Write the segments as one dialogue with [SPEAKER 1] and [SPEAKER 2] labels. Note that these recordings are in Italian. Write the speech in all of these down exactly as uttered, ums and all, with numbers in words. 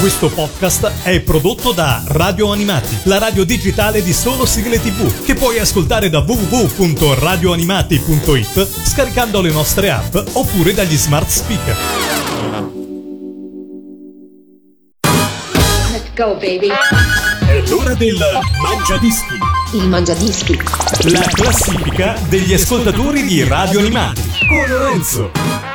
[SPEAKER 1] Questo podcast è prodotto da Radio Animati, la radio digitale di solo sigle tivù, che puoi ascoltare da w w w punto radio animati punto i t scaricando le nostre app oppure dagli smart speaker.
[SPEAKER 2] Let's go, baby.
[SPEAKER 1] È l'ora del Mangiadischi.
[SPEAKER 2] Il Mangiadischi.
[SPEAKER 1] La classifica degli ascoltatori di Radio Animati con Lorenzo.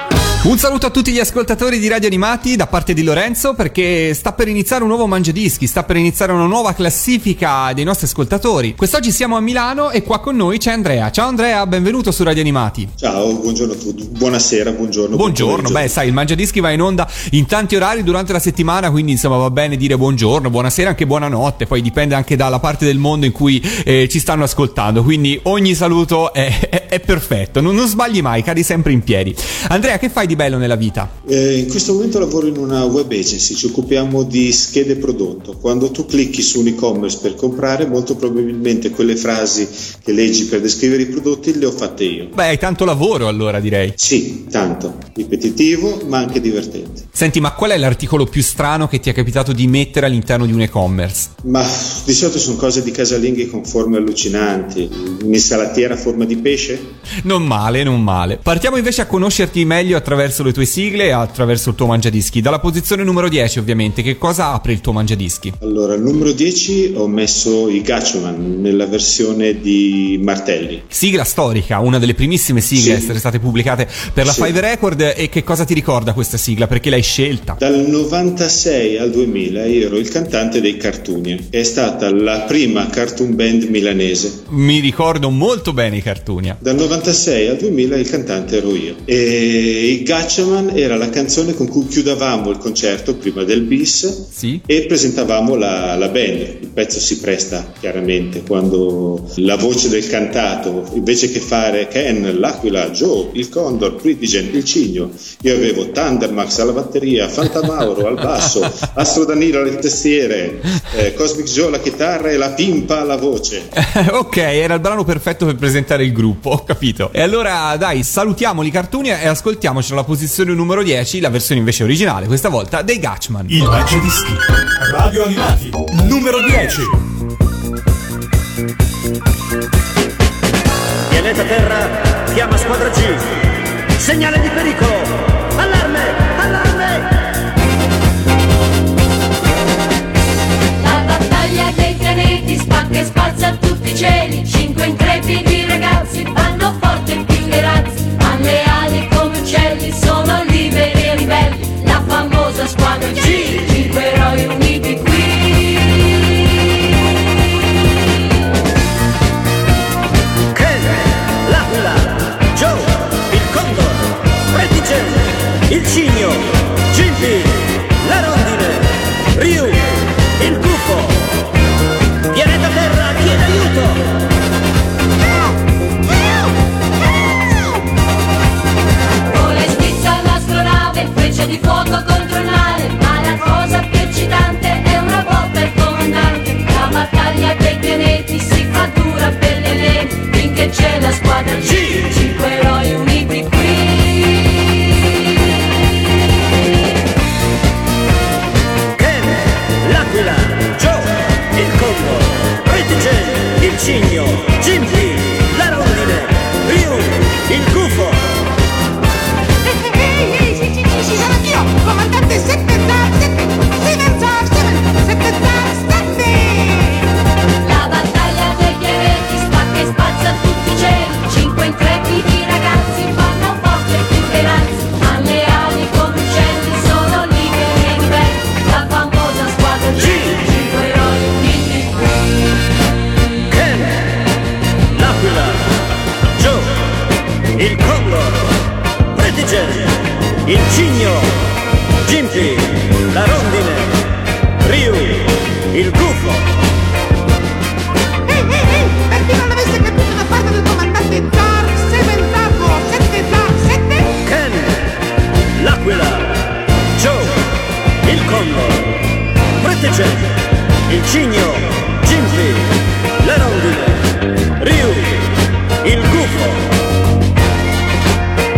[SPEAKER 3] Un saluto a tutti gli ascoltatori di Radio Animati da parte di Lorenzo, perché sta per iniziare un nuovo Mangiadischi, sta per iniziare una nuova classifica dei nostri ascoltatori. Quest'oggi siamo a Milano e qua con noi c'è Andrea. Ciao Andrea, benvenuto su Radio Animati.
[SPEAKER 4] Ciao, buongiorno a tutti, buonasera, buongiorno.
[SPEAKER 3] Buongiorno, beh sai, il Mangiadischi va in onda in tanti orari durante la settimana, quindi insomma va bene dire buongiorno, buonasera, anche buonanotte, poi dipende anche dalla parte del mondo in cui eh, ci stanno ascoltando, quindi ogni saluto è, è, è perfetto, non, non sbagli mai, cadi sempre in piedi. Andrea, che fai di bello nella vita?
[SPEAKER 4] Eh, in questo momento lavoro in una web agency, ci occupiamo di schede prodotto. Quando tu clicchi su un e-commerce per comprare, molto probabilmente quelle frasi che leggi per descrivere i prodotti le ho fatte io.
[SPEAKER 3] Beh, hai tanto lavoro allora, direi.
[SPEAKER 4] Sì, tanto, ripetitivo ma anche divertente.
[SPEAKER 3] Senti, ma qual è l'articolo più strano che ti è capitato di mettere all'interno di un e-commerce?
[SPEAKER 4] Ma di solito sono cose di casalinghe con forme allucinanti. Un'insalatiera a forma di pesce?
[SPEAKER 3] Non male, non male. Partiamo invece a conoscerti meglio attraverso le tue sigle e attraverso il tuo Mangiadischi. Dalla posizione numero dieci, ovviamente, che cosa apre il tuo Mangiadischi?
[SPEAKER 4] Allora, al numero dieci ho messo i Gatchaman nella versione di martelli.
[SPEAKER 3] Sigla storica, una delle primissime sigle
[SPEAKER 4] Sì.
[SPEAKER 3] a essere state pubblicate per la
[SPEAKER 4] Sì.
[SPEAKER 3] Five Record. E che cosa ti ricorda questa sigla? Perché l'hai scelta?
[SPEAKER 4] Dal novantasei al duemila io ero il cantante dei Cartunia. È stata la prima cartoon band milanese.
[SPEAKER 3] Mi ricordo molto bene i Cartunia.
[SPEAKER 4] Dal novantasei al duemila il cantante ero io. E i Gatchaman era la canzone con cui chiudavamo il concerto prima del bis.
[SPEAKER 3] Sì.
[SPEAKER 4] E presentavamo la, la band. Il pezzo si presta chiaramente quando la voce del cantato, invece che fare Ken, l'Aquila, Joe, il Condor, Pritigen, il Cigno, io avevo Thundermax alla batteria, Fantamauro al basso, Astro Danilo alle tastiere, eh, Cosmic Joe alla chitarra e la Pimpa alla voce.
[SPEAKER 3] Ok, era il brano perfetto per presentare il gruppo, ho capito. E allora dai, salutiamo i Cartunia e ascoltiamoci alla posizione numero dieci, la versione invece originale, questa volta dei Gatchaman.
[SPEAKER 1] Il Mangiadischi. Radio Animati. Numero dieci.
[SPEAKER 5] Pianeta Terra chiama squadra G. Segnale di pericolo. Allarme! Allarme!
[SPEAKER 6] La battaglia dei pianeti spacca e spazza tutti i cieli. Cinque intrepidi ragazzi vanno forte più dei razzi. Alle ali come uccelli, sono liberi e ribelli. La famosa squadra G, cinque eroi uniti qui.
[SPEAKER 5] Ken, l'Aquila, Joe, il Condor, Pretigen, il Cigno, Gimpy, la Rondine, Ryu, il Gufo. Pianeta Terra chiede aiuto.
[SPEAKER 6] Vola e schizza l'astronave, freccia di fuoco contro il mare. Ma la cosa più eccitante è una volta il comandante. La battaglia dei pianeti si fa dura per le lenti. Finché c'è la squadra G, cinque eroi uniti qui.
[SPEAKER 5] Ken, l'Aquila, Joe, il Condor, Pretigen, il Cigno, Gimpy, la Rondine, Ryu, il Gufo.
[SPEAKER 7] Ehi, ehi, sì, sì, sì, sì, sono anch'io, comandante sette zero sette, sette zero sette, sette zero sette.
[SPEAKER 6] La battaglia dei pianeti spacca e spazza tutti i cieli. Cinque intrepidi ragazzi vanno forte più dei razzi. Alle ali come uccelli, sono liberi e ribelli. La famosa squadra G, cinque eroi uniti qui.
[SPEAKER 5] Ken, l'Aquila, Joe, il Condor, Pretigen, il Cigno, Gimpy, la Rondine, Ryu, il Gufo.
[SPEAKER 7] Ehi, ehi, ehi, per chi non l'avesse capito da parte del comandante Zar sette zero sette zero sette.
[SPEAKER 5] Ken, l'Aquila, Joe, il Condor, Pretigen, il Cigno, Gimpy, la Rondine, Ryu, il Gufo.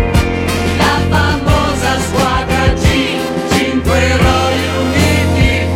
[SPEAKER 6] La famosa squadra G, cinque eroi uniti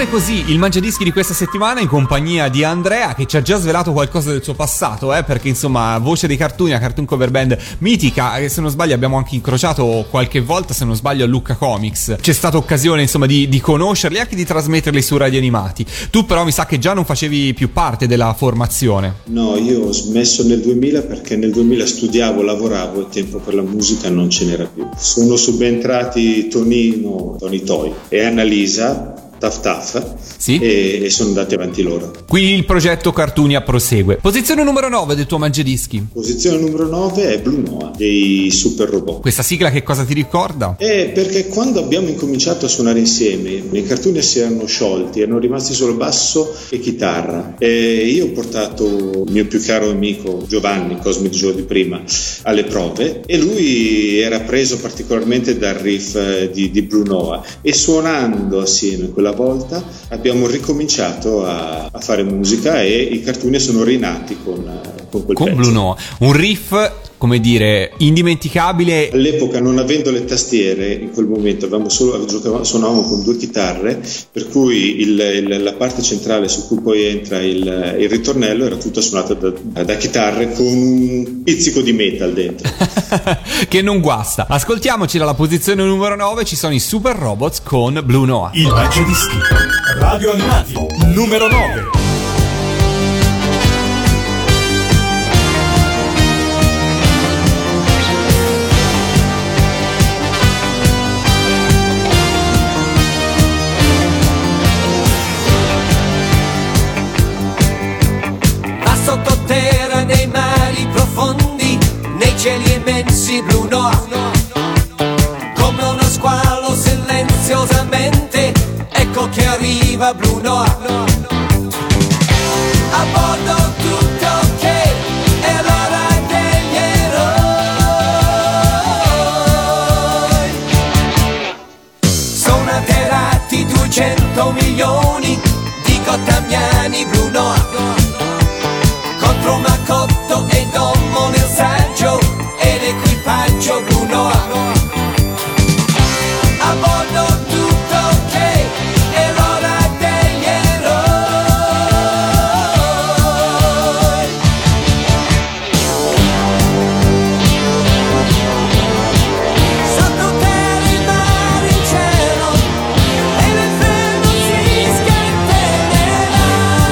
[SPEAKER 3] Conclude così il Mangiadischi di questa settimana in compagnia di Andrea, che ci ha già svelato qualcosa del suo passato, eh, perché insomma voce dei cartoni, una cartoon cover band mitica, che se non sbaglio abbiamo anche incrociato qualche volta, se non sbaglio a Lucca Comics. C'è stata occasione insomma di, di conoscerli e anche di trasmetterli su Radio Animati. Tu però mi sa che già non facevi più parte della formazione.
[SPEAKER 4] No, io ho smesso nel duemila perché nel duemila studiavo, lavoravo e tempo per la musica non ce n'era più. Sono subentrati Tonino, Tony Toy e Annalisa Taf Taf,
[SPEAKER 3] sì?
[SPEAKER 4] e, e sono andati avanti loro.
[SPEAKER 3] Qui il progetto Cartunia prosegue. Posizione numero nove del tuo Mangiadischi.
[SPEAKER 4] Posizione numero nove è Blue Noah dei Super Robot.
[SPEAKER 3] Questa sigla che cosa ti ricorda?
[SPEAKER 4] Eh, perché quando abbiamo incominciato a suonare insieme i Cartunia si erano sciolti, erano rimasti solo basso e chitarra, e io ho portato il mio più caro amico Giovanni Cosmi di Gio di prima alle prove e lui era preso particolarmente dal riff di, di Blue Noah, e suonando assieme quella volta abbiamo ricominciato a, a fare musica e i Cartunia sono rinati con, con quel
[SPEAKER 3] con
[SPEAKER 4] pezzo.
[SPEAKER 3] Blue Noah, un riff, come dire, indimenticabile.
[SPEAKER 4] All'epoca, non avendo le tastiere, in quel momento avevamo solo, giocavamo, suonavamo con due chitarre, per cui il, il, la parte centrale su cui poi entra il, il ritornello era tutta suonata da, da chitarre con un pizzico di metal dentro.
[SPEAKER 3] Che non guasta. Ascoltiamoci dalla posizione numero nove, ci sono i Super Robots con Blue Noah.
[SPEAKER 1] Il Mangiadischi Radio Animati numero nove.
[SPEAKER 8] Sottoterra, nei mari profondi, nei cieli immensi Blue Noah, come uno squalo silenziosamente, ecco che arriva Blue Noah. A bordo tutto ok, è l'ora degli eroi. Sono atterrati duecento milioni di gottamiani Blue Noah, contro Macotto e Dommo nel saggio e l'equipaggio Blue Noah. A bordo tutto ok, è l'ora degli eroi. Sotto terra, il mare, il cielo e l'inferno si scatenerà.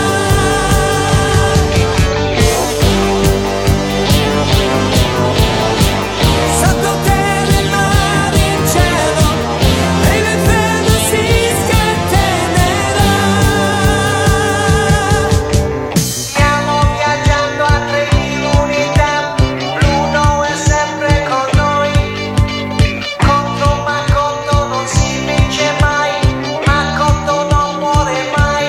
[SPEAKER 8] Sotto terra, il mare, il cielo e l'inferno si scatenerà. Stiamo viaggiando a tremila unità, Blue Noah è sempre con noi. Contro Macotto non si vince mai, Macotto non muore mai.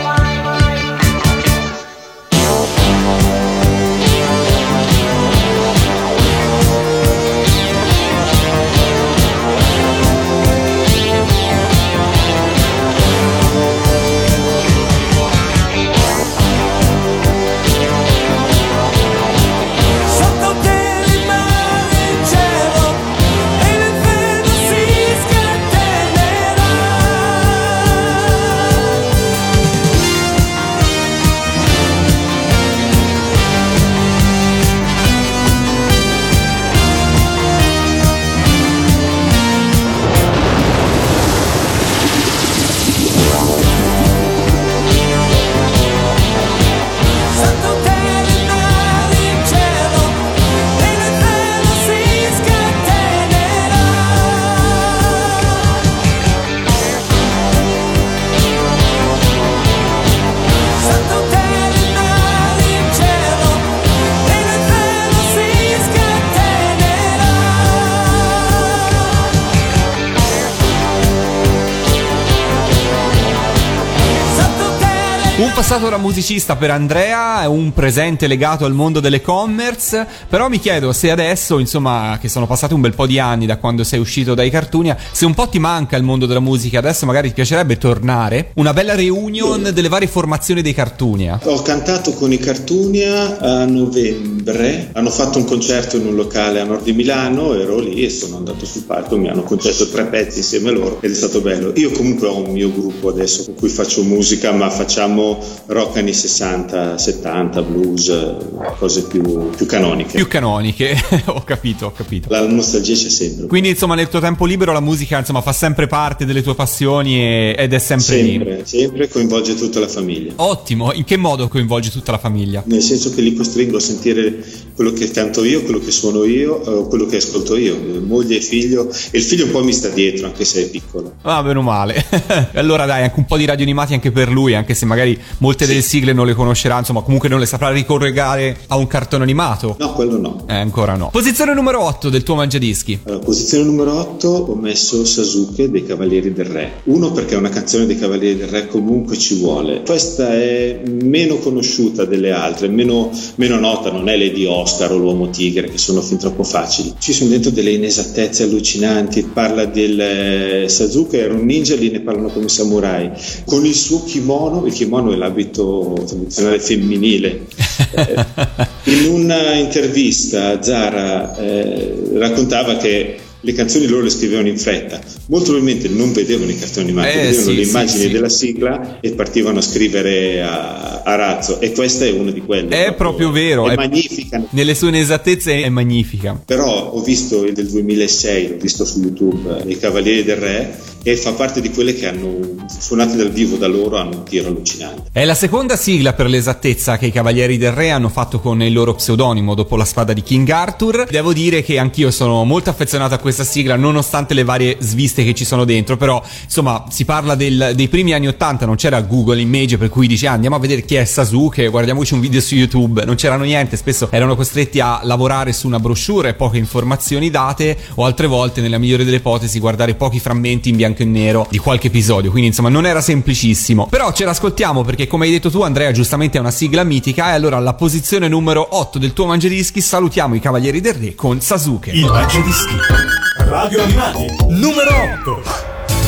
[SPEAKER 8] Sotto terra, il mare, il cielo e l'inferno si scatenerà. Sotto terra, il mare, il cielo e l'inferno si scatenerà. Sotto terra, il mare, il cielo e l'inferno si scatenerà. Sotto terra,
[SPEAKER 3] Un passato da musicista per Andrea, è un presente legato al mondo dell'e-commerce, però mi chiedo se adesso, insomma, che sono passati un bel po' di anni da quando sei uscito dai Cartunia, se un po' ti manca il mondo della musica, adesso magari ti piacerebbe tornare, una bella reunion delle varie formazioni dei Cartunia.
[SPEAKER 4] Ho cantato con i Cartunia a novembre, hanno fatto un concerto in un locale a nord di Milano, ero lì e sono andato sul palco, mi hanno concesso tre pezzi insieme a loro ed è stato bello. Io comunque ho un mio gruppo adesso con cui faccio musica, ma facciamo rock anni sessanta, settanta, blues, cose più, più canoniche.
[SPEAKER 3] Più canoniche, ho capito, ho capito.
[SPEAKER 4] La nostalgia c'è sempre.
[SPEAKER 3] Quindi insomma nel tuo tempo libero la musica insomma fa sempre parte delle tue passioni e, ed è sempre lì.
[SPEAKER 4] Sempre, sempre coinvolge tutta la famiglia.
[SPEAKER 3] Ottimo, in che modo coinvolge tutta la famiglia?
[SPEAKER 4] Nel senso che li costringo a sentire quello che canto io, quello che suono io, o quello che ascolto io, moglie e figlio, e il figlio un po' mi sta dietro anche se è piccolo.
[SPEAKER 3] Ah, meno male. Allora dai, anche un po' di radio animati anche per lui, anche se magari molte delle sigle non le conoscerà, insomma comunque non le saprà ricollegare a un cartone animato.
[SPEAKER 4] No, quello no.
[SPEAKER 3] Eh, ancora no. Posizione numero otto del tuo Mangiadischi.
[SPEAKER 4] Allora, posizione numero otto ho messo Sasuke dei Cavalieri del Re. Uno perché una canzone dei Cavalieri del Re comunque ci vuole. Questa è meno conosciuta delle altre, meno, meno nota, non è Lady Oscar o l'Uomo Tigre che sono fin troppo facili. Ci sono dentro delle inesattezze allucinanti, parla del eh, Sasuke era un ninja, lì ne parlano come samurai, con il suo kimono, il kimono è l'abito tradizionale femminile. eh, in una intervista Zara eh, raccontava che le canzoni loro le scrivevano in fretta, molto probabilmente non vedevano i cartoni animati,
[SPEAKER 3] eh,
[SPEAKER 4] vedevano
[SPEAKER 3] sì,
[SPEAKER 4] le immagini
[SPEAKER 3] sì, sì.
[SPEAKER 4] della sigla e partivano a scrivere a, a razzo, e questa è una di quelle.
[SPEAKER 3] È proprio, proprio vero,
[SPEAKER 4] è,
[SPEAKER 3] è
[SPEAKER 4] magnifica.
[SPEAKER 3] Nelle sue inesattezze è magnifica.
[SPEAKER 4] Però ho visto il del duemilasei, l'ho visto su YouTube, i Cavalieri del Re, e fa parte di quelle che hanno suonate dal vivo da loro, hanno un tiro allucinante.
[SPEAKER 3] È la seconda sigla per l'esattezza che i Cavalieri del Re hanno fatto con il loro pseudonimo dopo la spada di King Arthur. Devo dire che anch'io sono molto affezionato a questa sigla nonostante le varie sviste che ci sono dentro, però insomma si parla del, dei primi anni ottanta, non c'era Google Image per cui dici ah, andiamo a vedere chi è Sasuke, guardiamoci un video su YouTube, non c'erano niente, spesso erano costretti a lavorare su una brochure e poche informazioni date, o altre volte nella migliore delle ipotesi guardare pochi frammenti in bianco e nero di qualche episodio, quindi insomma non era semplicissimo, però ce l'ascoltiamo perché come hai detto tu Andrea giustamente è una sigla mitica. E allora alla posizione numero otto del tuo Mangiadischi salutiamo i Cavalieri del Re con Sasuke.
[SPEAKER 1] Il Mangiadischi Radio Animati numero otto.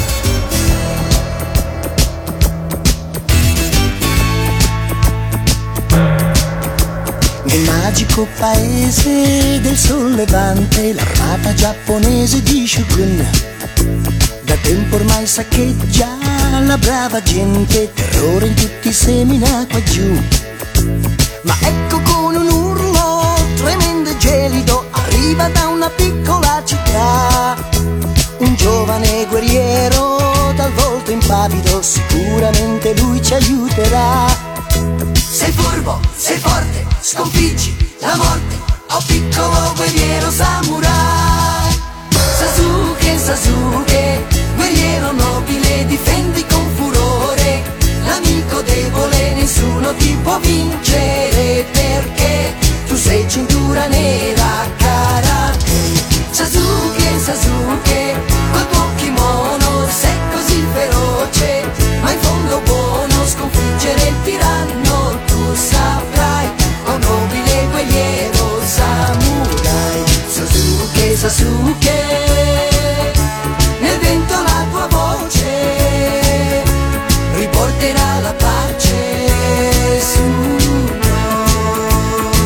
[SPEAKER 9] Nel magico paese del sollevante l'armata giapponese di Shogun da tempo ormai saccheggia la brava gente, terrore in tutti semina qua giù. Ma ecco con un urlo tremendo e gelido arriva da una piccola città un giovane guerriero dal volto impavido, sicuramente lui ci aiuterà. Sei furbo, sei forte, sconfiggi la morte, oh piccolo guerriero samurai. Sasuke, Sasuke, guerriero nobile, difendi con furore l'amico debole, nessuno ti può vincere perché tu sei cintura nera karate. Sasuke, Sasuke, col tuo kimono sei così feroce, ma in fondo buono, sconfiggere il tiranno tu saprai, oh nobile guerriero samurai. Sasuke, Sasuke, nel vento la tua voce riporterà la pace su noi.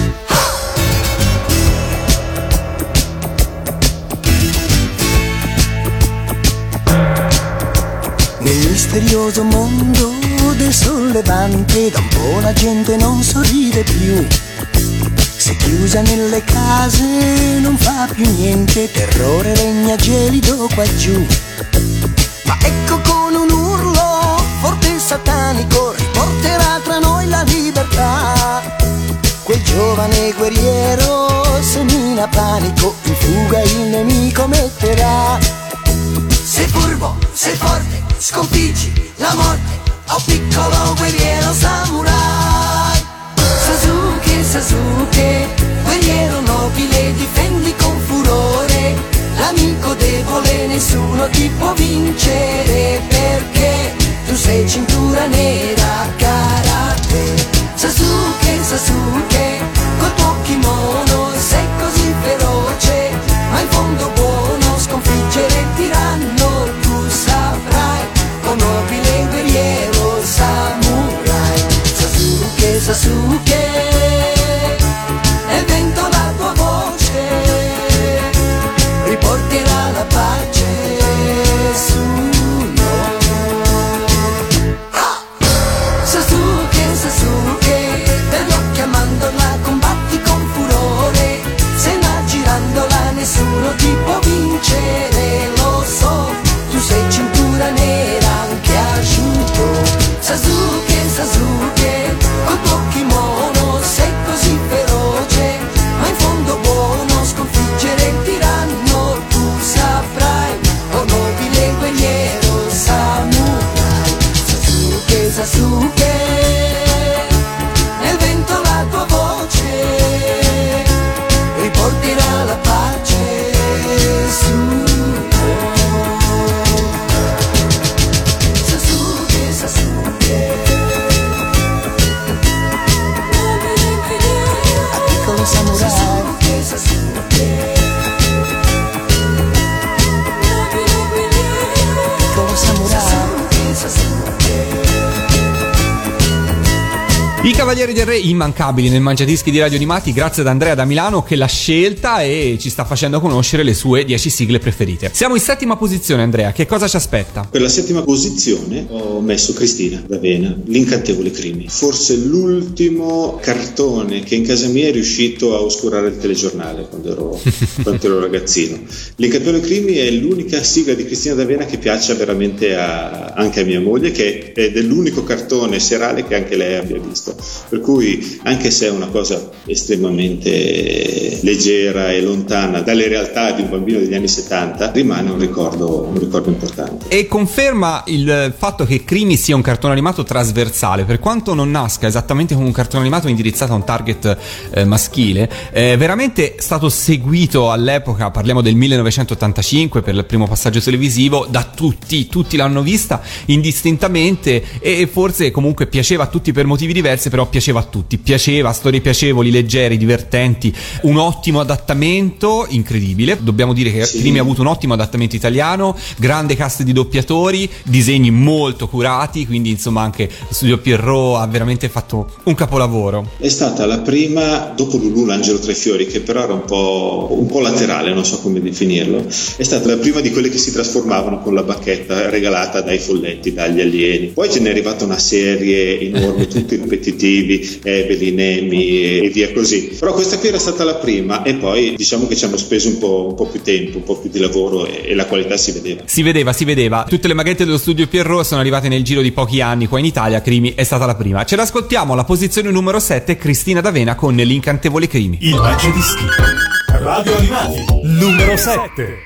[SPEAKER 9] Nel misterioso mondo del sollevante da un po' la gente non sorride più, se chiusa nelle case non fa più niente, terrore regna gelido qua giù. Ma ecco con un urlo forte e satanico riporterà tra noi la libertà. Quel giovane guerriero semina panico, in fuga il nemico metterà. Sei furbo, sei forte, sconfiggi la morte, oh piccolo guerriero samurai. Sasuke, Sasuke, guerriero nobile, difendi con furore l'amico debole, nessuno ti può vincere perché tu sei cintura nera cara.
[SPEAKER 3] I Cavalieri del Re, immancabili nel Mangiadischi di Radio Animati, grazie ad Andrea da Milano che l'ha scelta e ci sta facendo conoscere le sue dieci sigle preferite. Siamo in settima posizione, Andrea, che cosa ci aspetta?
[SPEAKER 4] Per la settima posizione ho messo Cristina D'Avena, L'incantevole Crimi, forse l'ultimo cartone che in casa mia è riuscito a oscurare il telegiornale quando ero, quando ero ragazzino. L'incantevole Crimi è l'unica sigla di Cristina D'Avena che piaccia veramente a, anche a mia moglie, che è dell'unico cartone serale che anche lei abbia visto. Per cui, anche se è una cosa estremamente leggera e lontana dalle realtà di un bambino degli anni settanta, rimane un ricordo, un ricordo importante.
[SPEAKER 3] E conferma il fatto che Crimi sia un cartone animato trasversale, per quanto non nasca esattamente come un cartone animato indirizzato a un target eh, maschile, è veramente stato seguito all'epoca, parliamo del millenovecentottantacinque per il primo passaggio televisivo, da tutti, tutti l'hanno vista indistintamente e forse comunque piaceva a tutti per motivi diversi, però piaceva a tutti, piaceva, storie piacevoli, leggeri, divertenti, un ottimo adattamento, incredibile, dobbiamo dire che sì. Crimi ha avuto un ottimo adattamento italiano, grande cast di doppiatori, disegni molto curati, quindi insomma anche Studio Pierrot ha veramente fatto un capolavoro.
[SPEAKER 4] È stata la prima, dopo Lulù l'angelo tra i fiori, che però era un po', un po' laterale, non so come definirlo, è stata la prima di quelle che si trasformavano con la bacchetta regalata dai folletti, dagli alieni. Poi ce n'è arrivata una serie enorme, tutti ripetitivi, Evelyn, Amy e via così, però questa qui era stata la prima e poi diciamo che ci hanno speso un po', un po' più tempo, un po' più di lavoro e, e la qualità si vedeva.
[SPEAKER 3] Si vedeva, si vedeva. Tutte le maghette dello Studio Pierrot sono arrivate nel giro di pochi anni qua in Italia, Crimi è stata la prima. Ce l'ascoltiamo alla posizione numero sette, Cristina D'Avena con L'incantevole Crimi.
[SPEAKER 1] Il Mangiadischi, Radio Animati, numero sette.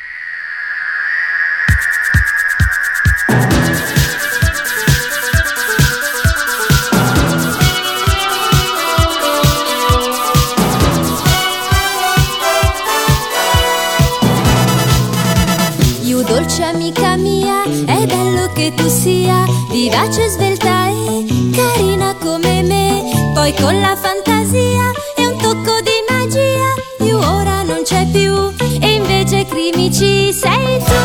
[SPEAKER 10] Dolce amica mia, è bello che tu sia vivace, svelta e carina come me. Poi con la fantasia e un tocco di magia, io ora non c'è più e invece Crimi ci sei tu.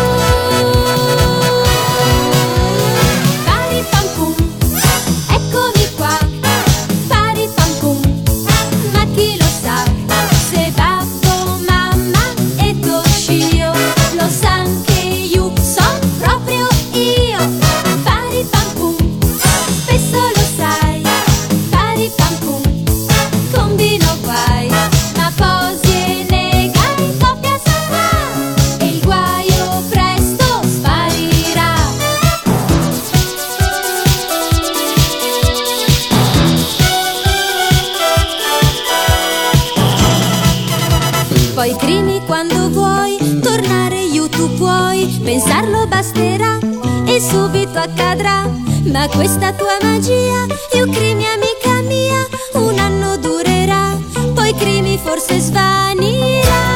[SPEAKER 10] Pari pam pum, eccomi qua. Pari pam pum, ma chi lo sa se babbo, mamma e Toshio lo sanno che son proprio io. Pari pam pum, spesso lo sai. Pari pam pum, combino guai, ma posi e negai, coppia sarà e il guaio presto sparirà. Poi Crimi quando vuoi tornare YouTube puoi, pensarlo basterà e subito accadrà. Ma questa tua magia, io Crimi amica mia, un anno durerà, poi Crimi forse svanirà.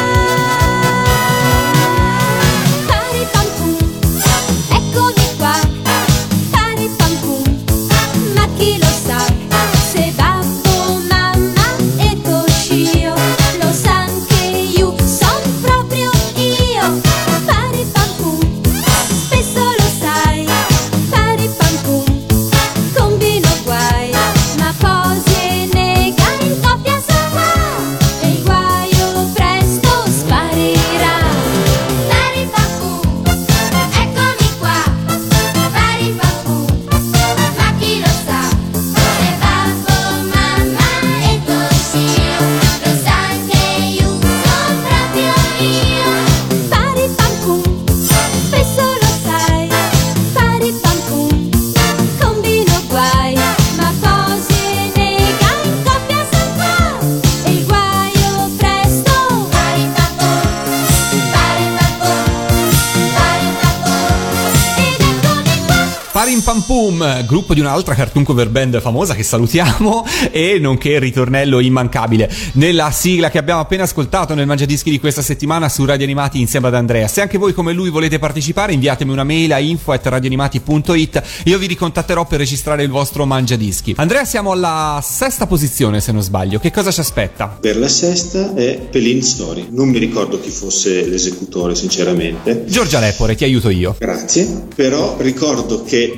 [SPEAKER 10] Pari pam pum, eccomi qua. Pari pam pum, ma chi lo sa se babbo, mamma e Toshio lo san che io son proprio io. Pari pam pum, spesso lo sai. Pari pam pum, combino guai, ma posi e nega in coppia sarà e il guaio presto sparirà. Pari pam pum, eccomi qua. Pari pam pum, ma chi lo sa se babbo, mamma e Toshio lo san che io son proprio io. Pari pam pum, spesso lo sai. Pari pam pum, combino guai, ma posi e nega in coppia sarà e il guaio presto. Pari pam pum, pari pam pum, pari pam pum, ed eccomi qua.
[SPEAKER 3] Parim Pam Pum, gruppo di un'altra cartoon cover band famosa che salutiamo, e nonché il ritornello immancabile nella sigla che abbiamo appena ascoltato nel Mangiadischi di questa settimana su Radio Animati insieme ad Andrea. Se anche voi come lui volete partecipare, inviatemi una mail a info at radioanimati punto it, io vi ricontatterò per registrare il vostro Mangiadischi. Andrea, siamo alla sesta posizione se non sbaglio, che cosa ci aspetta?
[SPEAKER 4] Per la sesta è Pelin Story, non mi ricordo chi fosse l'esecutore sinceramente.
[SPEAKER 3] Giorgia Lepore, ti aiuto io.
[SPEAKER 4] Grazie, però ricordo che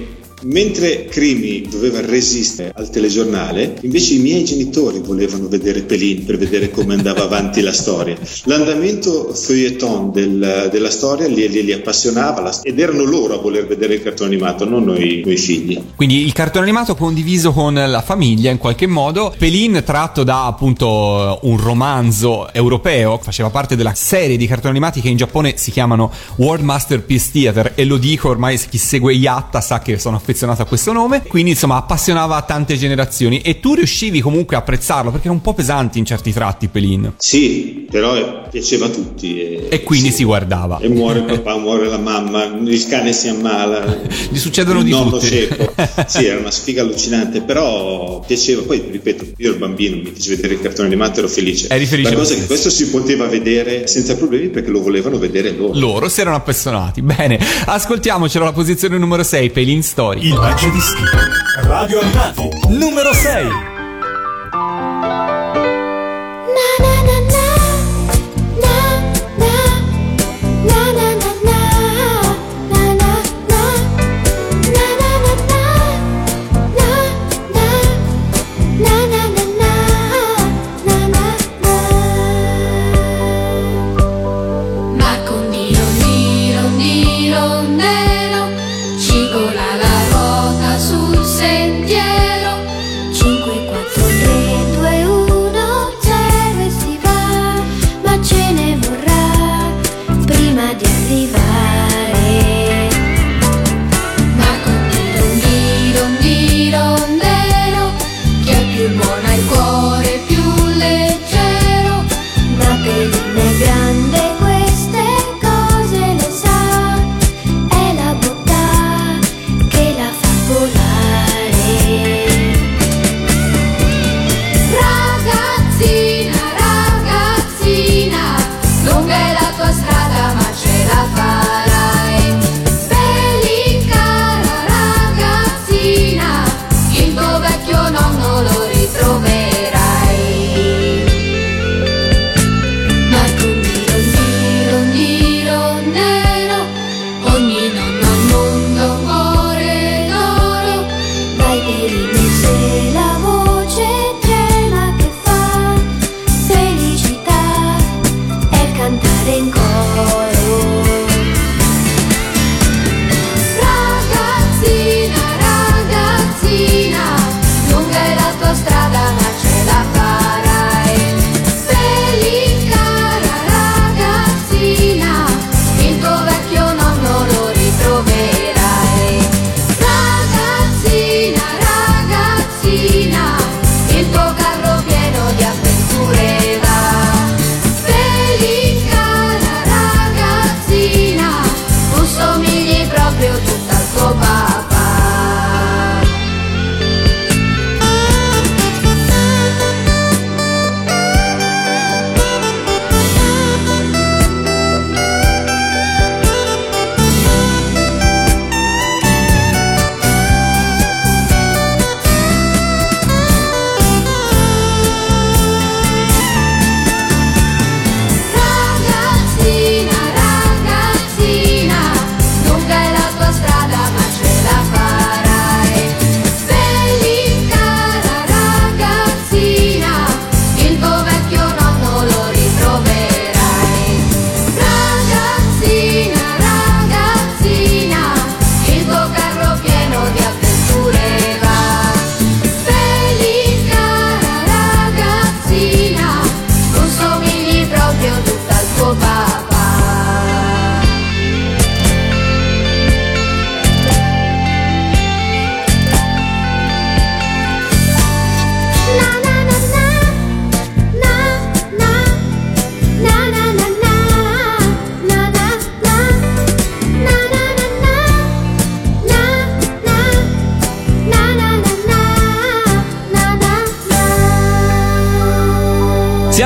[SPEAKER 4] Mentre Crimi doveva resistere al telegiornale, invece i miei genitori volevano vedere Pelin per vedere come andava avanti la storia. L'andamento feuilleton del, della storia li, li, li appassionava la, ed erano loro a voler vedere il cartone animato, non noi, noi figli.
[SPEAKER 3] Quindi il cartone animato condiviso con la famiglia in qualche modo. Pelin, tratto da appunto un romanzo europeo, faceva parte della serie di cartoni animati che in Giappone si chiamano World Masterpiece Theater, e lo dico ormai, chi segue Yatta sa che sono affezionato a questo nome. Quindi insomma appassionava tante generazioni, e tu riuscivi comunque a apprezzarlo perché era un po' pesante in certi tratti Pelin.
[SPEAKER 4] Sì, però piaceva a tutti e,
[SPEAKER 3] e quindi
[SPEAKER 4] sì.
[SPEAKER 3] si guardava.
[SPEAKER 4] E muore il papà, muore la mamma, il cane si ammala,
[SPEAKER 3] gli succedono
[SPEAKER 4] il
[SPEAKER 3] di
[SPEAKER 4] nonno
[SPEAKER 3] tutti.
[SPEAKER 4] cieco. Sì, era una sfiga allucinante, però piaceva. Poi ripeto, io ero bambino, mi piace vedere il cartone animato, ero felice.
[SPEAKER 3] Eri felice.
[SPEAKER 4] La cosa è che questo si poteva vedere senza problemi perché lo volevano vedere loro.
[SPEAKER 3] Loro si erano appassionati. Bene, ascoltiamocelo, la posizione numero sei, Pelin Story.
[SPEAKER 1] Il Mangiadischi. Radio Animati numero sei.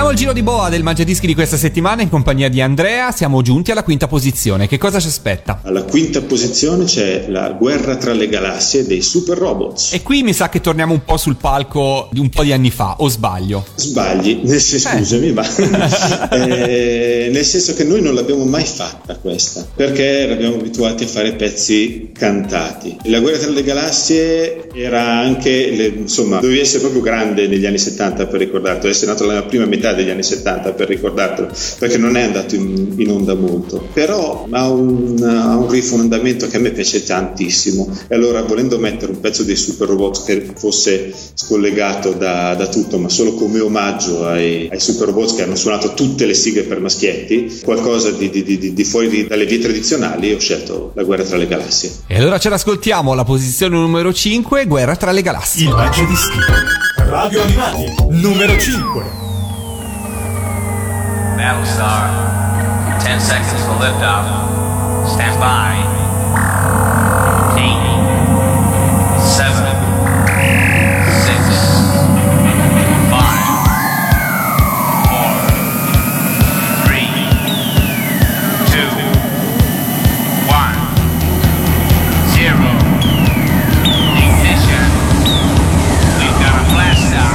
[SPEAKER 3] Chiudiamo il giro di boa del Mangiadischi di questa settimana in compagnia di Andrea. Siamo giunti alla quinta posizione. Che cosa ci aspetta?
[SPEAKER 4] Alla quinta posizione c'è la guerra tra le galassie dei super robots.
[SPEAKER 3] E qui mi sa che torniamo un po' sul palco di un po' di anni fa, o sbaglio?
[SPEAKER 4] Sbagli, nel senso,
[SPEAKER 3] Eh.
[SPEAKER 4] scusami, ma eh, nel senso che noi non l'abbiamo mai fatta questa, perché eravamo abituati a fare pezzi cantati. La guerra tra le galassie era anche, le, insomma, dovevi essere proprio grande negli anni settanta per ricordartelo, essere nato nella prima metà degli anni settanta per ricordartelo, perché non è andato in, in onda molto, però ha un, ha un riff, un andamento che a me piace tantissimo, e allora, volendo mettere un pezzo dei super robot che fosse scollegato da, da tutto, ma solo come omaggio ai, ai super robots che hanno suonato tutte le sigle per maschietti, qualcosa di, di, di, di fuori di, dalle vie tradizionali, ho scelto la guerra tra le galassie.
[SPEAKER 3] E allora ce l'ascoltiamo alla posizione numero cinque, Guerra tra le galassie.
[SPEAKER 1] Il Mangiadischi. Radio Animati, numero cinque.
[SPEAKER 11] Battlestar, ten seconds for liftoff. Stand by. eight, seven, six, five, four, three, two, one, zero. Ignition. We've got a blast off.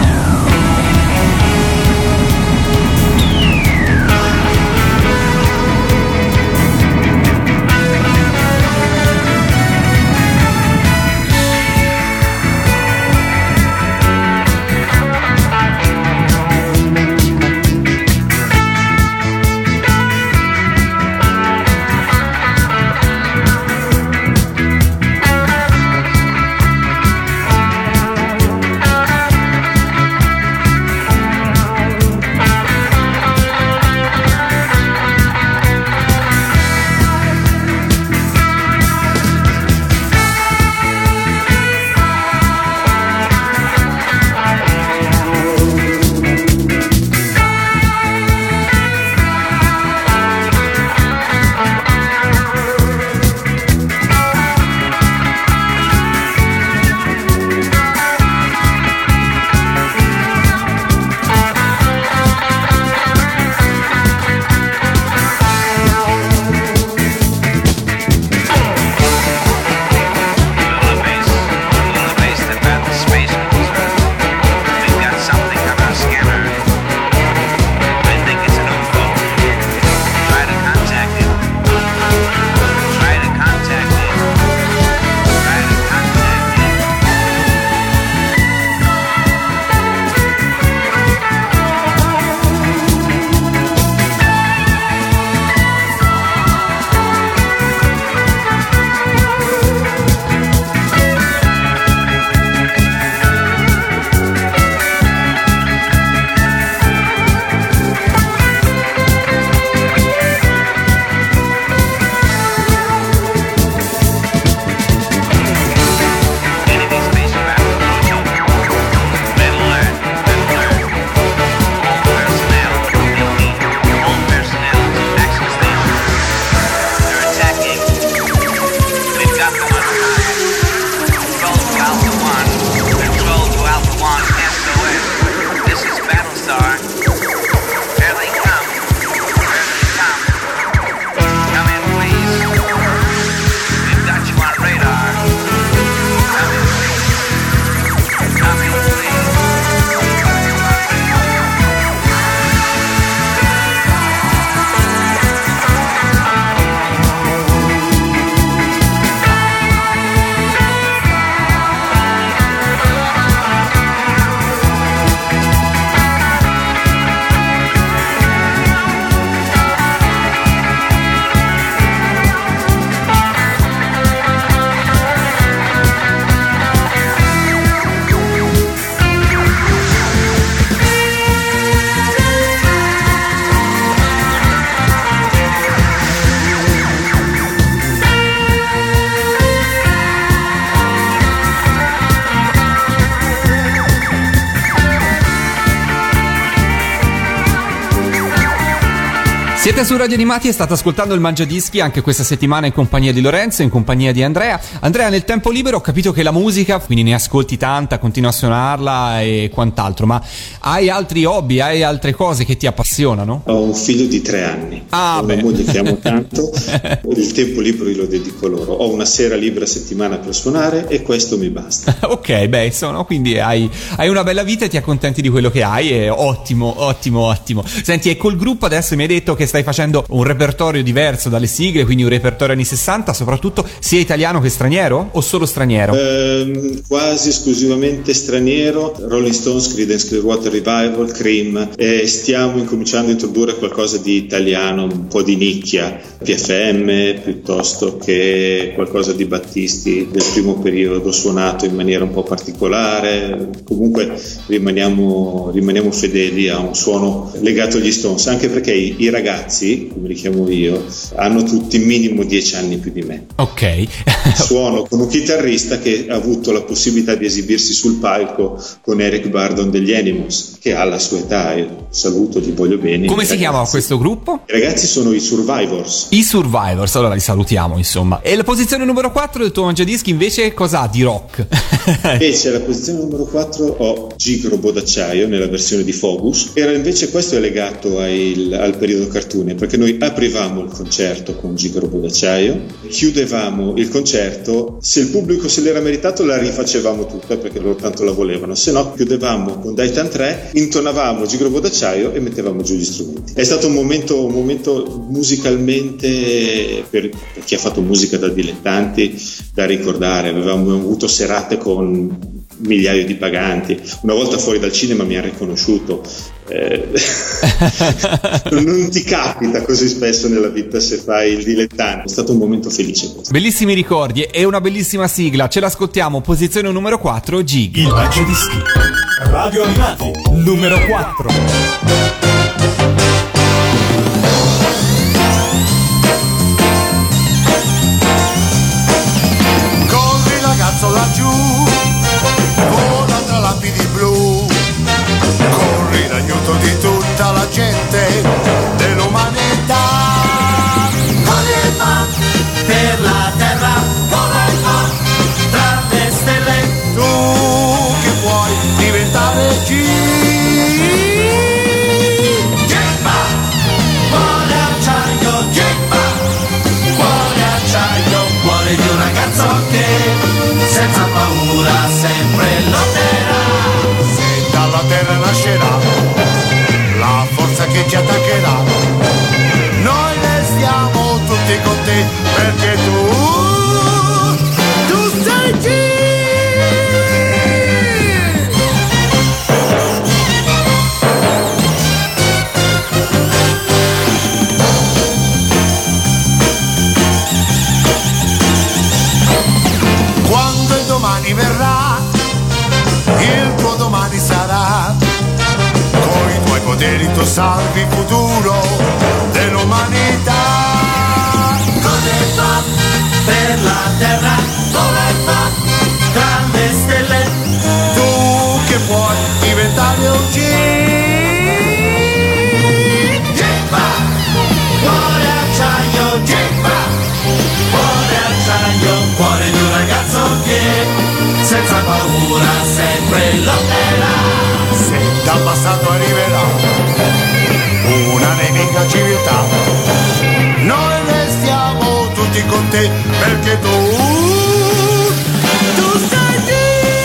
[SPEAKER 3] Siete su Radio Animati e state ascoltando il Mangiadischi anche questa settimana in compagnia di Lorenzo, in compagnia di Andrea. Andrea, nel tempo libero ho capito che la musica, quindi ne ascolti tanta, continui a suonarla e quant'altro, ma hai altri hobby, hai altre cose che ti appassionano?
[SPEAKER 4] Ho un figlio di tre anni,
[SPEAKER 3] ah,
[SPEAKER 4] ho una
[SPEAKER 3] beh.
[SPEAKER 4] moglie che amo tanto, il tempo libero io lo dedico loro, ho una sera libera a settimana per suonare e questo mi basta.
[SPEAKER 3] Ok, beh, insomma, quindi hai, hai una bella vita e ti accontenti di quello che hai, è ottimo, ottimo, ottimo. Senti, e col gruppo adesso mi hai detto che stai facendo un repertorio diverso dalle sigle, quindi un repertorio anni sessanta, soprattutto sia italiano che straniero o solo straniero?
[SPEAKER 4] Ehm, quasi esclusivamente straniero, Rolling Stones, Creedence Clearwater Revival, Cream, e stiamo incominciando a introdurre qualcosa di italiano, un po' di nicchia, P F M piuttosto che qualcosa di Battisti del primo periodo suonato in maniera un po' particolare. Comunque rimaniamo, rimaniamo fedeli a un suono legato agli Stones, anche perché i, i ragazzi, come li chiamo io, hanno tutti minimo dieci anni più di me.
[SPEAKER 3] Ok.
[SPEAKER 4] Suono con un chitarrista che ha avuto la possibilità di esibirsi sul palco con Eric Burdon degli Animals, che ha la sua età, io saluto, gli voglio bene.
[SPEAKER 3] Come si chiama questo gruppo?
[SPEAKER 4] I ragazzi sono i Survivors.
[SPEAKER 3] I Survivors, allora li salutiamo, insomma. E la posizione numero quattro del tuo Mangiadischi invece cos'ha di rock?
[SPEAKER 4] Invece alla posizione numero quattro ho Gigrobo d'acciaio nella versione di Focus. Era invece, questo è legato ai, al periodo cartone, perché noi aprivamo il concerto con Gigrobo d'acciaio, chiudevamo il concerto, se il pubblico se l'era meritato la rifacevamo tutta perché loro tanto la volevano, se no chiudevamo con Daitan tre, intonavamo Gigrobo d'acciaio e mettevamo giù gli strumenti. È stato un momento, un momento musicalmente, per, per chi ha fatto musica da dilettanti, da ricordare. Avevamo avuto serate con migliaia di paganti, una volta fuori dal cinema mi ha riconosciuto. Eh, non ti capita così spesso nella vita se fai il dilettante. È stato un momento felice questo.
[SPEAKER 3] Bellissimi ricordi e una bellissima sigla, ce l'ascoltiamo. Posizione numero quattro, Gig.
[SPEAKER 1] Il Mangiadischi, Radio Animati, numero quattro.
[SPEAKER 12] Corri ragazzo laggiù, vola tra lapidi blu, corri in aiuto di tutta la gente dell'umanità. Corri va per la terra, corri va tra le stelle, tu che puoi diventare G. Gemma, cuore acciaio, Gemma, cuore acciaio, cuore di un ragazzo che senza paura sempre lotterà. Se dalla terra nascerà la forza che ci attaccherà, noi restiamo tutti con te perché tu, tu sei G. Quando il domani verrà, il tuo domani sarà, con i tuoi poteri tu salvi il futuro dell'umanità. Come fa per la terra, come fa tra le stelle, tu che puoi diventare un G. Gemma, cuore acciaio, Gemma, cuore acciaio, cuore di un ragazzo che senza paura sempre lotterà. Se dal passato arriverà una nemica civiltà, noi restiamo tutti con te perché tu, tu sei G.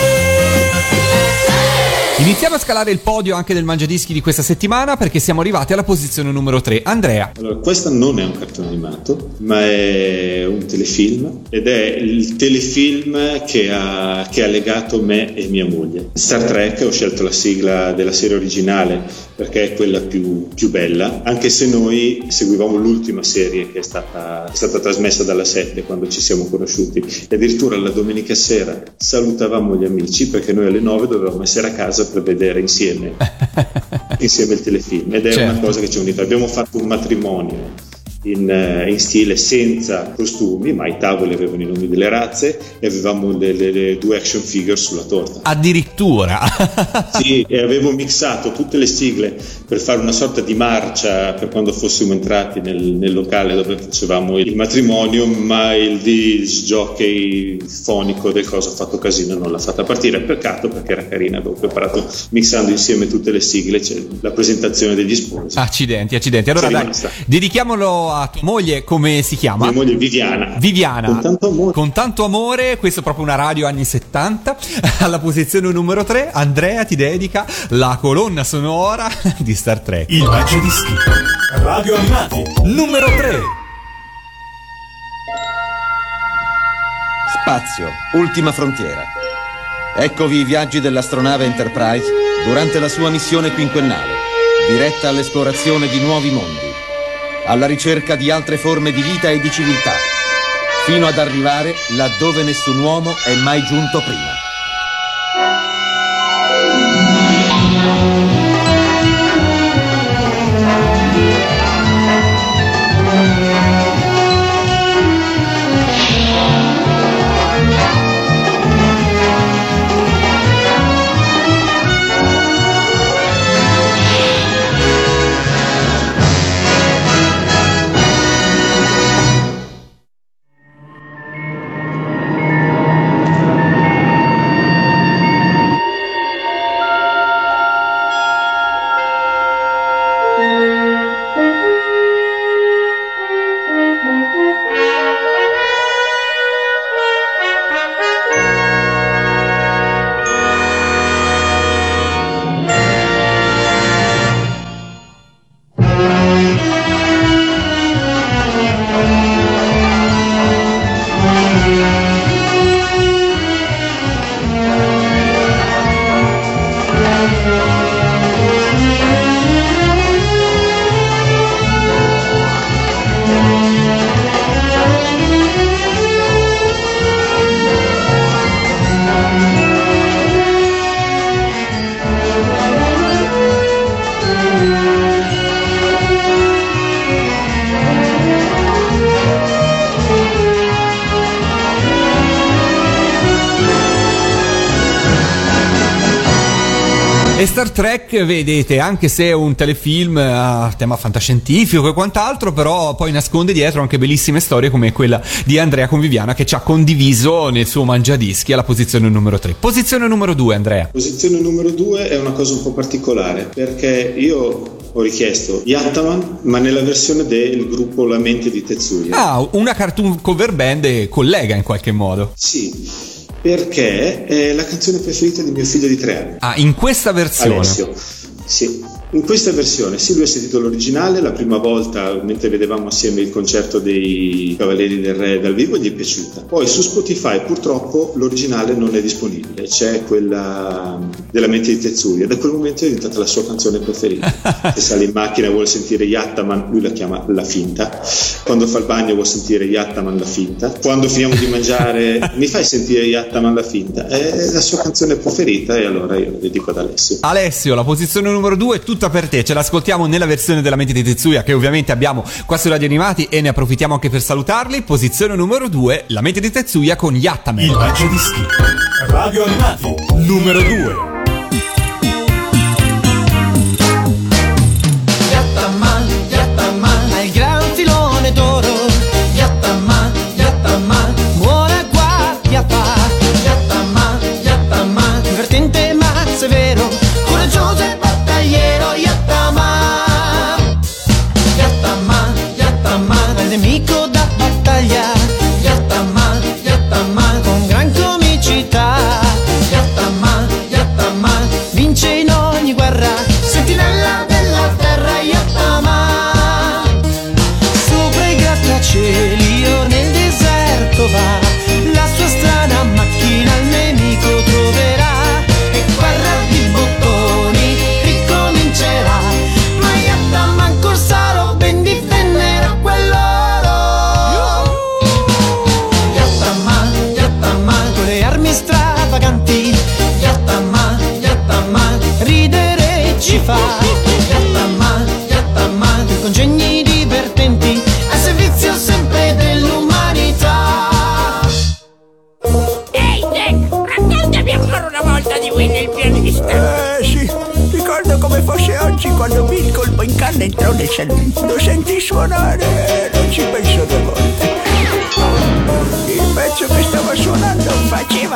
[SPEAKER 3] Iniziamo a scalare il podio anche del Mangiadischi di questa settimana perché siamo arrivati alla posizione numero tre. Andrea.
[SPEAKER 4] Allora, questo non è un cartone animato, ma è un telefilm, ed è il telefilm che ha, che ha legato me e mia moglie. Star Trek, ho scelto la sigla della serie originale perché è quella più, più bella, anche se noi seguivamo l'ultima serie che è stata, è stata trasmessa dalla sette quando ci siamo conosciuti, e addirittura la domenica sera salutavamo gli amici perché noi alle nove dovevamo essere a casa per vedere insieme insieme il telefilm, ed è
[SPEAKER 3] certo.
[SPEAKER 4] Una cosa che ci ha unito. Abbiamo fatto un matrimonio in, eh, in stile senza costumi, ma i tavoli avevano i nomi delle razze e avevamo le, le, le due action figure sulla torta.
[SPEAKER 3] Addirittura.
[SPEAKER 4] Sì, e avevo mixato tutte le sigle per fare una sorta di marcia per quando fossimo entrati nel, nel locale dove facevamo il matrimonio, ma il disc jockey fonico del coso ha fatto casino, non l'ha fatta partire. Peccato, perché era carina, avevo preparato mixando insieme tutte le sigle, c'è la presentazione degli sposi.
[SPEAKER 3] Accidenti, accidenti. Allora dai, dedichiamolo a tua moglie, come si chiama?
[SPEAKER 4] Mia moglie Viviana.
[SPEAKER 3] Viviana.
[SPEAKER 4] Con tanto amore.
[SPEAKER 3] Con tanto amore, questo è proprio una radio anni settanta. Alla posizione numero tre, Andrea ti dedica la colonna sonora di Star Trek.
[SPEAKER 1] Il Mangiadischi. Radio Animati. Numero tre.
[SPEAKER 13] Spazio, ultima frontiera. Eccovi i viaggi dell'astronave Enterprise durante la sua missione quinquennale, diretta all'esplorazione di nuovi mondi, alla ricerca di altre forme di vita e di civiltà, fino ad arrivare laddove nessun uomo è mai giunto prima.
[SPEAKER 3] E Star Trek, vedete, anche se è un telefilm a tema fantascientifico e quant'altro, però poi nasconde dietro anche bellissime storie come quella di Andrea con Viviana, che ci ha condiviso nel suo Mangiadischi alla posizione numero tre. Posizione numero due, Andrea.
[SPEAKER 4] Posizione numero due è una cosa un po' particolare, perché io ho richiesto Yattaman, ma nella versione del gruppo La Mente di Tetsuya.
[SPEAKER 3] Ah, una cartoon cover band collega in qualche modo.
[SPEAKER 4] Sì, perché è la canzone preferita di mio figlio di tre anni.
[SPEAKER 3] Ah, in questa versione?
[SPEAKER 4] Alessio. Sì, in questa versione. Sì, lui ha sentito l'originale la prima volta mentre vedevamo assieme il concerto dei Cavalieri del Re dal vivo, gli è piaciuta. Poi su Spotify purtroppo l'originale non è disponibile, c'è quella della Mente di Tetsuya. Da quel momento è diventata la sua canzone preferita. Se sale in macchina e vuole sentire Yattaman, lui la chiama La Finta. Quando fa il bagno vuole sentire Yattaman La Finta. Quando finiamo di mangiare, mi fai sentire Yattaman La Finta? È la sua canzone preferita e allora io la dedico ad Alessio.
[SPEAKER 3] Alessio, la posizione numero due è tutta per te, ce l'ascoltiamo nella versione della Mente di Tetsuya che ovviamente abbiamo qua su Radio Animati e ne approfittiamo anche per salutarli. Posizione numero due, La Mente di Tetsuya con Yattaman.
[SPEAKER 1] Il Mangiadischi. Radio Animati. Numero due.
[SPEAKER 14] Yattaman, Yattaman, hai il gran filone d'oro. Yattaman, Yattaman, buona guardia fa. Yattaman, Yattaman, divertente ma severo, coraggioso e battagliero. Yattaman, Yattaman, Yattaman, è il nemico da battaglia. Yattaman, Yattaman, con gran comicità. Yattaman, Yattaman.
[SPEAKER 15] dentro nel saloon, lo senti suonare, non ci penso due volte. Il pezzo che stava suonando faceva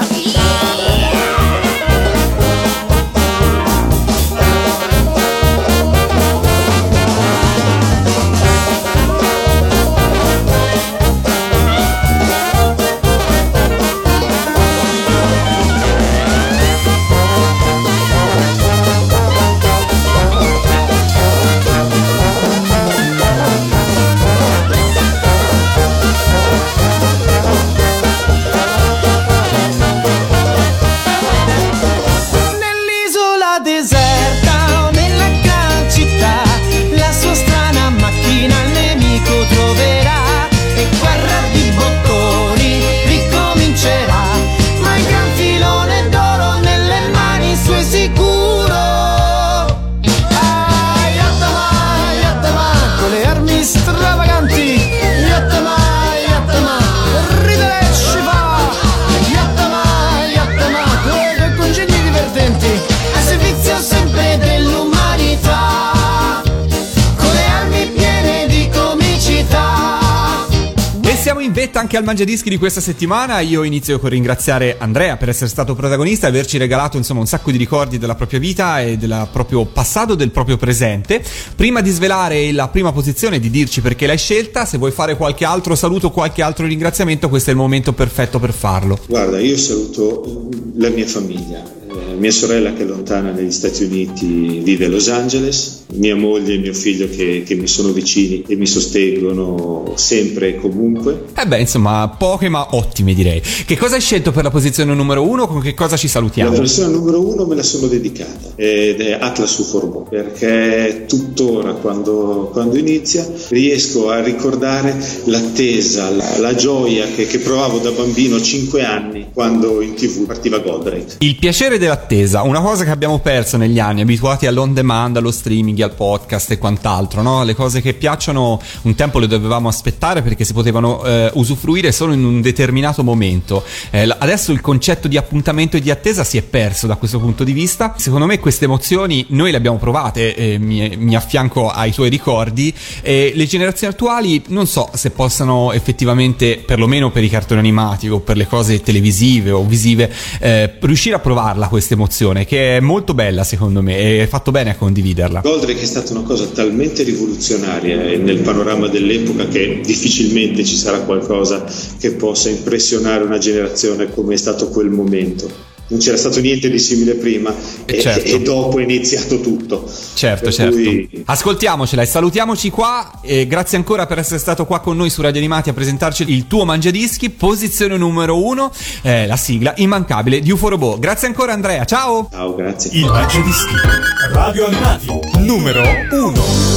[SPEAKER 3] anche al Mangiadischi di questa settimana. Io inizio con ringraziare Andrea per essere stato protagonista e averci regalato insomma un sacco di ricordi della propria vita e del proprio passato, del proprio presente. Prima di svelare la prima posizione, di dirci perché l'hai scelta, se vuoi fare qualche altro saluto, qualche altro ringraziamento, questo è il momento perfetto per farlo.
[SPEAKER 4] Guarda, io saluto la mia famiglia, eh, mia sorella che è lontana negli Stati Uniti, vive a Los Angeles, mia moglie e mio figlio che, che mi sono vicini e mi sostengono sempre e comunque.
[SPEAKER 3] Eh beh, insomma, poche ma ottime direi. Che cosa hai scelto per la posizione numero uno? Con che cosa ci salutiamo?
[SPEAKER 4] La posizione numero uno me la sono dedicata ed è Atlas U F O R B O, perché tuttora quando, quando inizia riesco a ricordare l'attesa, la, la gioia che, che provavo da bambino a cinque anni quando in tv partiva Goldrake.
[SPEAKER 3] Il piacere dell'attesa, una cosa che abbiamo perso negli anni, abituati all'on demand, allo streaming, al podcast e quant'altro, no? Le cose che piacciono un tempo le dovevamo aspettare perché si potevano eh, usufruire solo in un determinato momento. Eh, adesso il concetto di appuntamento e di attesa si è perso da questo punto di vista. Secondo me queste emozioni noi le abbiamo provate, eh, mi, mi affianco ai tuoi ricordi, e le generazioni attuali non so se possano effettivamente, perlomeno per i cartoni animati o per le cose televisive o visive, eh, riuscire a provarla questa emozione, che è molto bella secondo me, e è fatto bene a condividerla.
[SPEAKER 4] Goldrake è stata una cosa talmente rivoluzionaria nel panorama dell'epoca che difficilmente ci sarà qualcosa che possa impressionare una generazione come è stato quel momento. Non c'era stato niente di simile prima e, certo. e dopo è iniziato tutto.
[SPEAKER 3] Certo,
[SPEAKER 4] per
[SPEAKER 3] certo.
[SPEAKER 4] Cui...
[SPEAKER 3] Ascoltiamocela e salutiamoci qua. E grazie ancora per essere stato qua con noi su Radio Animati a presentarci il tuo Mangiadischi. Posizione numero uno, eh, la sigla immancabile di U F O R B O. Grazie ancora Andrea, ciao.
[SPEAKER 4] Ciao, grazie.
[SPEAKER 1] Il Mangiadischi, Radio Animati, numero uno.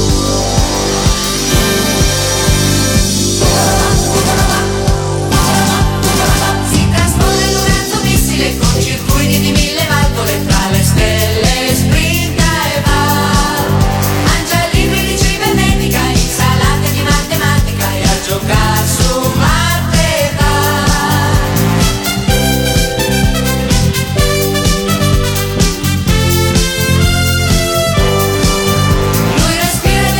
[SPEAKER 6] Con circuiti di mille valvole tra le stelle sprinta e va, mangia libri di cibernetica, insalate di matematica e a giocare su Marte va. Lui respira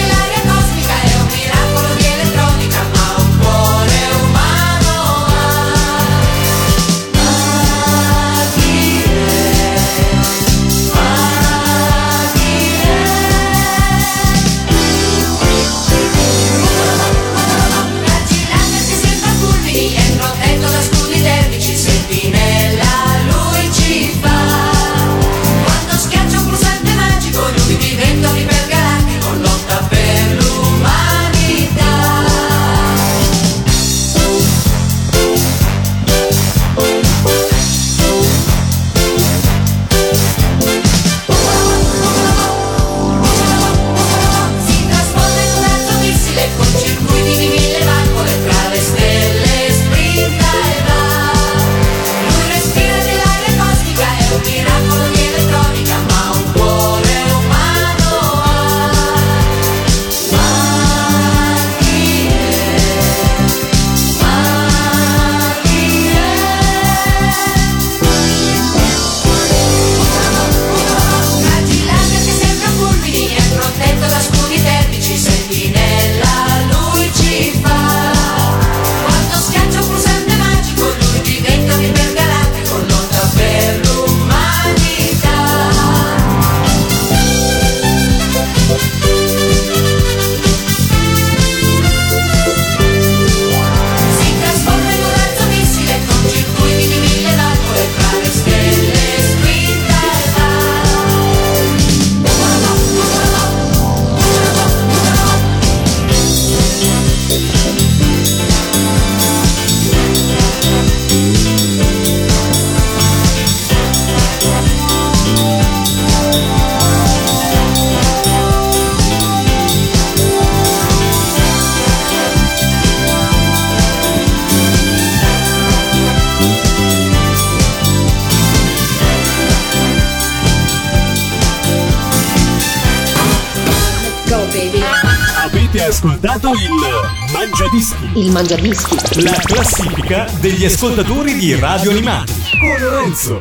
[SPEAKER 1] Avete ascoltato il Mangiadischi.
[SPEAKER 2] Il Mangiadischi.
[SPEAKER 1] La classifica degli ascoltatori di Radio Animati con Lorenzo.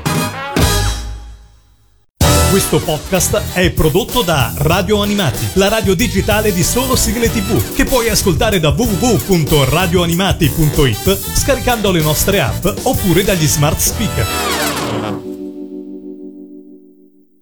[SPEAKER 1] Questo podcast è prodotto da Radio Animati, la radio digitale di solo sigle tivù, che puoi ascoltare da w w w punto radio animati punto it scaricando le nostre app oppure dagli smart speaker.